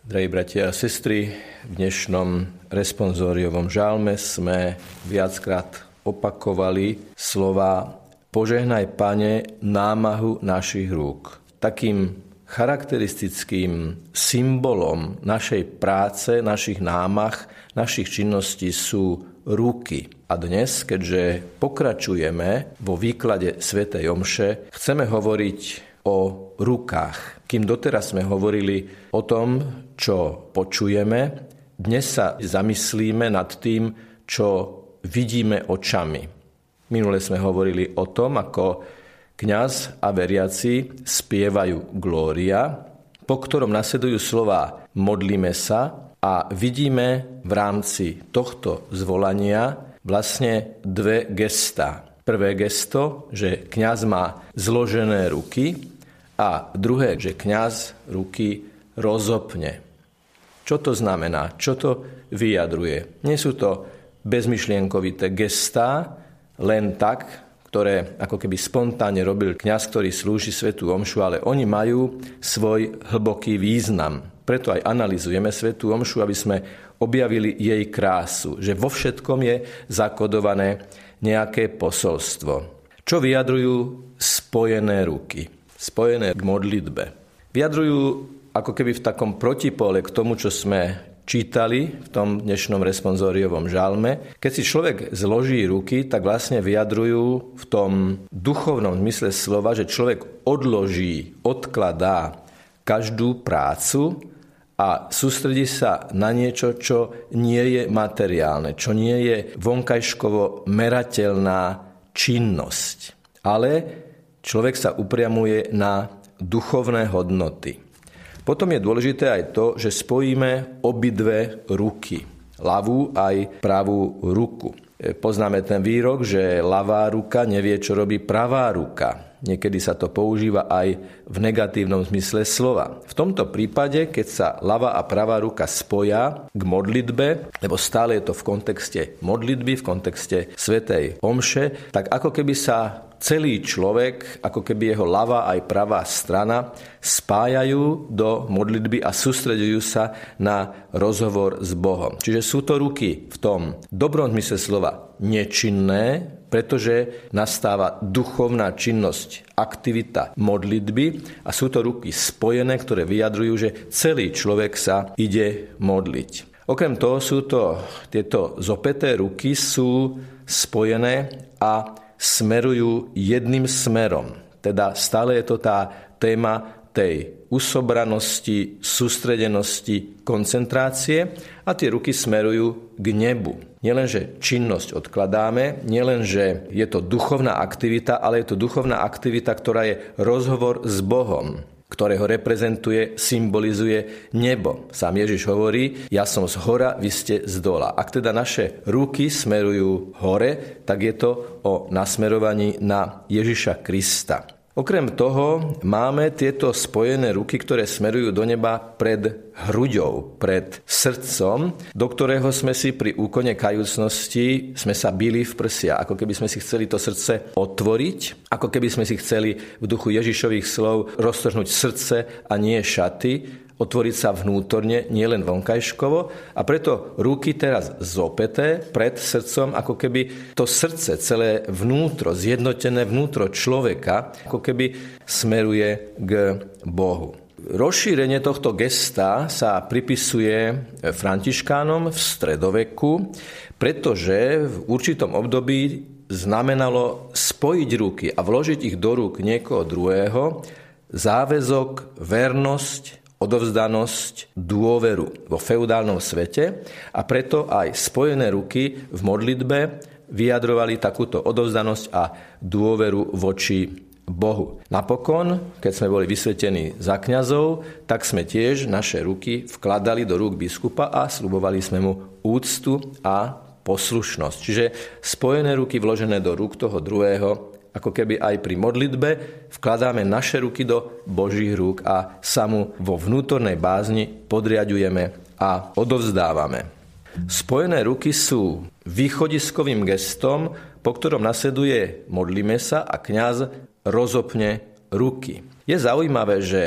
Drahí bratia a sestry, v dnešnom responsóriovom žalme sme viackrát opakovali slova Požehnaj, Pane, námahu našich rúk. Takým charakteristickým symbolom našej práce, našich námah, našich činností sú ruky. A dnes, keďže pokračujeme vo výklade svätej omše, chceme hovoriť o rukách. Kým doteraz sme hovorili o tom, čo počujeme, dnes sa zamyslíme nad tým, čo vidíme očami. Minule sme hovorili o tom, ako kňaz a veriaci spievajú Glória, po ktorom nasledujú slová modlíme sa a vidíme v rámci tohto zvolania vlastne dve gestá. Prvé gesto, že kňaz má zložené ruky, a druhé, že kňaz ruky rozopne. Čo to znamená? Čo to vyjadruje? Nie sú to bezmyšlienkovité gestá, len tak, ktoré ako keby spontánne robil kňaz, ktorý slúži svätú omšu, ale oni majú svoj hlboký význam. Preto aj analyzujeme svätú omšu, aby sme objavili jej krásu, že vo všetkom je zakodované nejaké posolstvo. Čo vyjadrujú spojené ruky? Spojené k modlitbe. Vyjadrujú ako keby v takom protipole k tomu, čo sme čítali v tom dnešnom responsóriovom žalme. Keď si človek zloží ruky, tak vlastne vyjadrujú v tom duchovnom zmysle slova, že človek odloží, odkladá každú prácu a sústredí sa na niečo, čo nie je materiálne, čo nie je vonkajškovo merateľná činnosť. Ale človek sa upriamuje na duchovné hodnoty. Potom je dôležité aj to, že spojíme obidve ruky, ľavú aj pravú ruku. Poznáme ten výrok, že ľavá ruka nevie, čo robí pravá ruka. Niekedy sa to používa aj v negatívnom zmysle slova. V tomto prípade, keď sa ľavá a pravá ruka spoja k modlitbe, lebo stále je to v kontexte modlitby, v kontexte svätej omše, tak ako keby sa celý človek, ako keby jeho ľavá aj pravá strana spájajú do modlitby a sústreďujú sa na rozhovor s Bohom. Čiže sú to ruky v tom dobrom zmysle slova nečinné, pretože nastáva duchovná činnosť, aktivita modlitby a sú to ruky spojené, ktoré vyjadrujú, že celý človek sa ide modliť. Okrem toho tieto zopäté ruky sú spojené a smerujú jedným smerom. Teda stále je to tá téma tej usobranosti, sústredenosti, koncentrácie a tie ruky smerujú k nebu. Nielenže činnosť odkladáme, nielenže je to duchovná aktivita, ale je to duchovná aktivita, ktorá je rozhovor s Bohom, ktorého reprezentuje, symbolizuje nebo. Sám Ježiš hovorí, ja som z hora, vy ste z dola. Ak teda naše ruky smerujú hore, tak je to o nasmerovaní na Ježiša Krista. Okrem toho máme tieto spojené ruky, ktoré smerujú do neba pred hruďou, pred srdcom, do ktorého sme si pri úkone kajúcnosti sme sa bili v prsia, ako keby sme si chceli to srdce otvoriť, ako keby sme si chceli v duchu Ježišových slov roztrhnúť srdce a nie šaty, otvoriť sa vnútorne, nielen vonkajškovo. A preto ruky teraz zopäté pred srdcom, ako keby to srdce, celé vnútro, zjednotené vnútro človeka, ako keby smeruje k Bohu. Rozšírenie tohto gesta sa pripisuje františkánom v stredoveku, pretože v určitom období znamenalo spojiť ruky a vložiť ich do rúk niekoho druhého, záväzok, vernosť, odovzdanosť, dôveru vo feudálnom svete a preto aj spojené ruky v modlitbe vyjadrovali takúto odovzdanosť a dôveru voči Bohu. Napokon, keď sme boli vysvetení za kňazov, tak sme tiež naše ruky vkladali do rúk biskupa a sľubovali sme mu úctu a poslušnosť. Čiže spojené ruky vložené do rúk toho druhého, ako keby aj pri modlitbe vkladáme naše ruky do Božích rúk a sa mu vo vnútornej bázni podriaďujeme a odovzdávame. Spojené ruky sú východiskovým gestom, po ktorom nasleduje modlíme sa a kňaz rozopne ruky. Je zaujímavé, že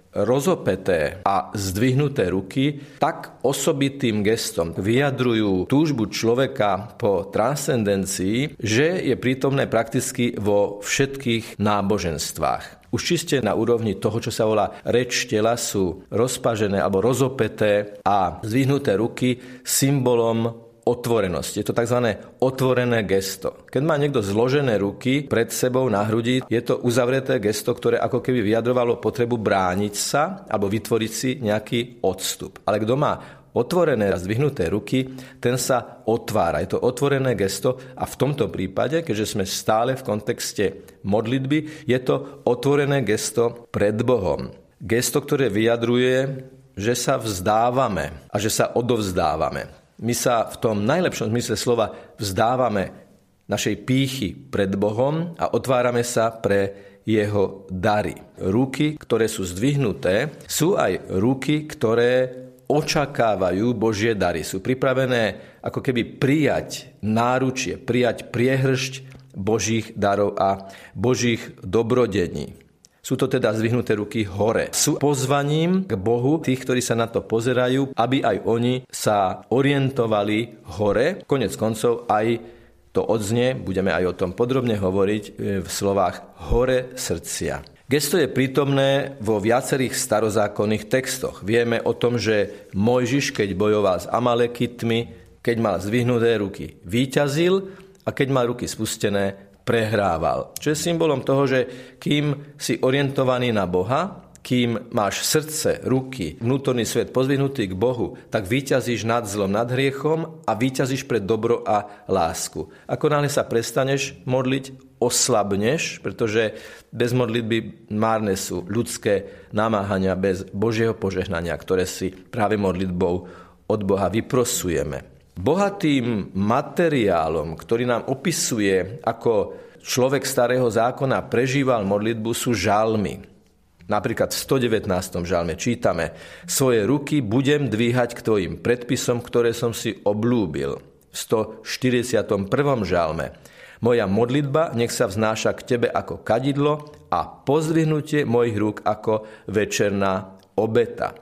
rozopeté a zdvihnuté ruky tak osobitým gestom vyjadrujú túžbu človeka po transcendencii, že je prítomné prakticky vo všetkých náboženstvách. Už čiste na úrovni toho, čo sa volá reč tela, sú rozpažené alebo rozopeté a zdvihnuté ruky symbolom otvorenosti. Je to tzv. Otvorené gesto. Keď má niekto zložené ruky pred sebou na hrudi, je to uzavreté gesto, ktoré ako keby vyjadrovalo potrebu brániť sa alebo vytvoriť si nejaký odstup. Ale kto má otvorené a zdvihnuté ruky, ten sa otvára. Je to otvorené gesto a v tomto prípade, keďže sme stále v kontexte modlitby, je to otvorené gesto pred Bohom. Gesto, ktoré vyjadruje, že sa vzdávame a že sa odovzdávame. My sa v tom najlepšom zmysle slova vzdávame našej pýchy pred Bohom a otvárame sa pre jeho dary. Ruky, ktoré sú zdvihnuté, sú aj ruky, ktoré očakávajú Božie dary. Sú pripravené ako keby prijať náručie, prijať priehršť Božích darov a Božích dobrodení. Sú to teda zdvihnuté ruky hore. Sú pozvaním k Bohu tých, ktorí sa na to pozerajú, aby aj oni sa orientovali hore. Konec koncov aj to odznie, budeme aj o tom podrobne hovoriť v slovách hore srdcia. Gesto je prítomné vo viacerých starozákonných textoch. Vieme o tom, že Mojžiš, keď bojoval s Amalekitmi, keď mal zdvihnuté ruky, víťazil a keď mal ruky spustené, prehrával. Čo je symbolom toho, že kým si orientovaný na Boha, kým máš srdce, ruky, vnútorný svet pozdvihnutý k Bohu, tak víťazíš nad zlom, nad hriechom a víťazíš pre dobro a lásku. Ako náhle sa prestaneš modliť, oslabneš, pretože bez modlitby márne sú ľudské namáhania bez Božieho požehnania, ktoré si práve modlitbou od Boha vyprosujeme. Bohatým materiálom, ktorý nám opisuje, ako človek starého zákona prežíval modlitbu, sú žalmy. Napríklad v 119. žalme čítame: svoje ruky budem dvíhať k tvojim predpisom, ktoré som si obľúbil. V 141. žalme: moja modlitba nech sa vznáša k tebe ako kadidlo a pozdvihnutie mojich rúk ako večerná obeta.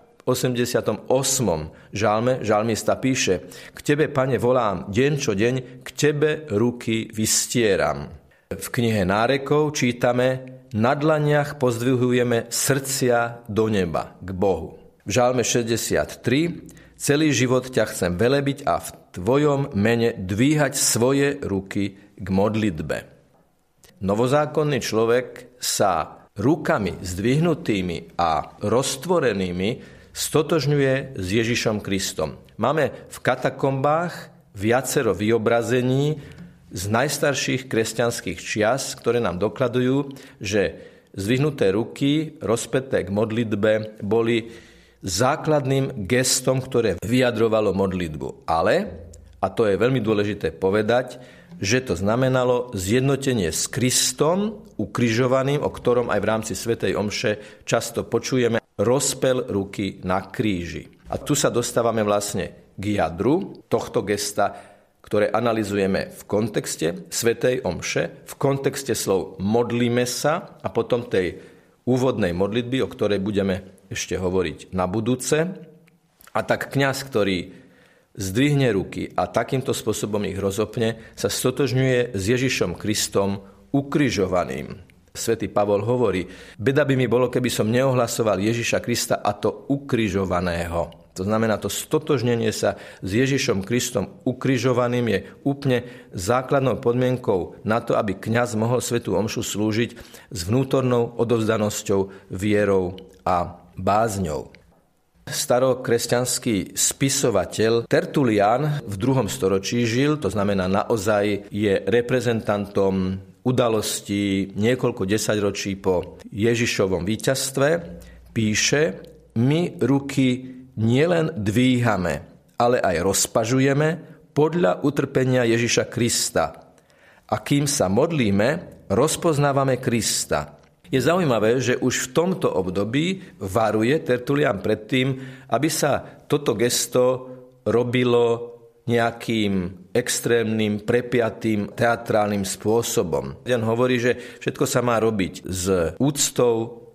88. žalme žalmista píše: k tebe, Pane, volám deň čo deň, k tebe ruky vystieram. V knihe Nárekov čítame: na dlaniach pozdvihujeme srdcia do neba, k Bohu. V žalme 63: celý život ťa chcem velebiť a v tvojom mene dvíhať svoje ruky k modlitbe. Novozákonný človek sa rukami zdvihnutými a roztvorenými stotožňuje s Ježišom Kristom. Máme v katakombách viacero vyobrazení z najstarších kresťanských čias, ktoré nám dokladujú, že zdvihnuté ruky, rozpäté k modlitbe, boli základným gestom, ktoré vyjadrovalo modlitbu. Ale, a to je veľmi dôležité povedať, že to znamenalo zjednotenie s Kristom ukrižovaným, o ktorom aj v rámci svätej omše často počujeme: rozpel ruky na kríži. A tu sa dostávame vlastne k jadru tohto gesta, ktoré analyzujeme v kontexte svätej omše, v kontexte slov modlíme sa a potom tej úvodnej modlitby, o ktorej budeme ešte hovoriť na budúce. A tak kňaz, ktorý zdvihne ruky a takýmto spôsobom ich rozopne, sa stotožňuje s Ježišom Kristom ukrižovaným. Svätý Pavol hovorí: beda by mi bolo, keby som neohlasoval Ježiša Krista, a to ukrižovaného. To znamená, to stotožnenie sa s Ježišom Kristom ukrižovaným je úplne základnou podmienkou na to, aby kňaz mohol svätú omšu slúžiť s vnútornou odovzdanosťou, vierou a bázňou. Starokresťanský spisovateľ Tertulian v 2. storočí žil, to znamená naozaj je reprezentantom udalostí niekoľko desaťročí po Ježišovom víťazstve. Píše: my ruky nielen dvíhame, ale aj rozpažujeme podľa utrpenia Ježiša Krista. A kým sa modlíme, rozpoznávame Krista. Je zaujímavé, že už v tomto období varuje Tertulian pred tým, aby sa toto gesto robilo nejakým extrémnym, prepiatým, teatrálnym spôsobom. Jan hovorí, že všetko sa má robiť s úctou k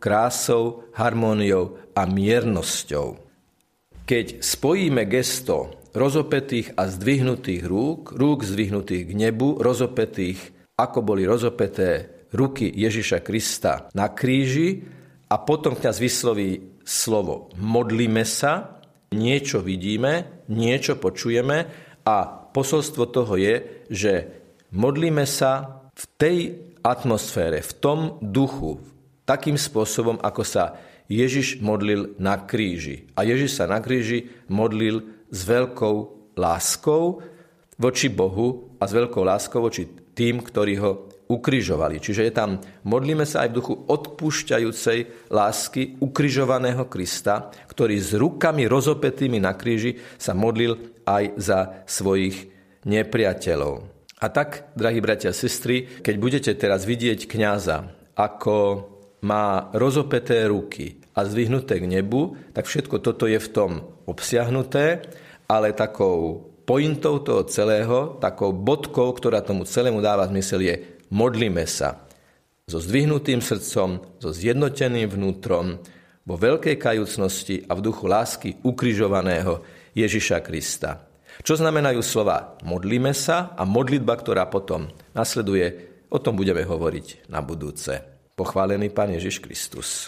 krásou, harmóniou a miernosťou. Keď spojíme gesto rozopetých a zdvihnutých rúk zdvihnutých k nebu, rozopetých, ako boli rozopeté ruky Ježiša Krista na kríži, a potom kňaz vysloví slovo modlíme sa, niečo vidíme, niečo počujeme a posolstvo toho je, že modlíme sa v tej atmosfére, v tom duchu, takým spôsobom, ako sa Ježiš modlil na kríži. A Ježiš sa na kríži modlil s veľkou láskou voči Bohu a s veľkou láskou voči tým, ktorí ho ukrižovali. Čiže je tam, modlíme sa aj v duchu odpúšťajúcej lásky ukrižovaného Krista, ktorý s rukami rozopetými na kríži sa modlil aj za svojich nepriateľov. A tak, drahí bratia a sestry, keď budete teraz vidieť kňaza, ako má rozopeté ruky a zdvihnuté k nebu, tak všetko toto je v tom obsiahnuté, ale takou pointou toho celého, takou bodkou, ktorá tomu celému dáva zmysel, je modlíme sa so zdvihnutým srdcom, so zjednoteným vnútrom, vo veľkej kajúcnosti a v duchu lásky ukrižovaného Ježiša Krista. Čo znamenajú slova modlíme sa a modlitba, ktorá potom nasleduje, o tom budeme hovoriť na budúce. Pochválený Pán Ježiš Kristus.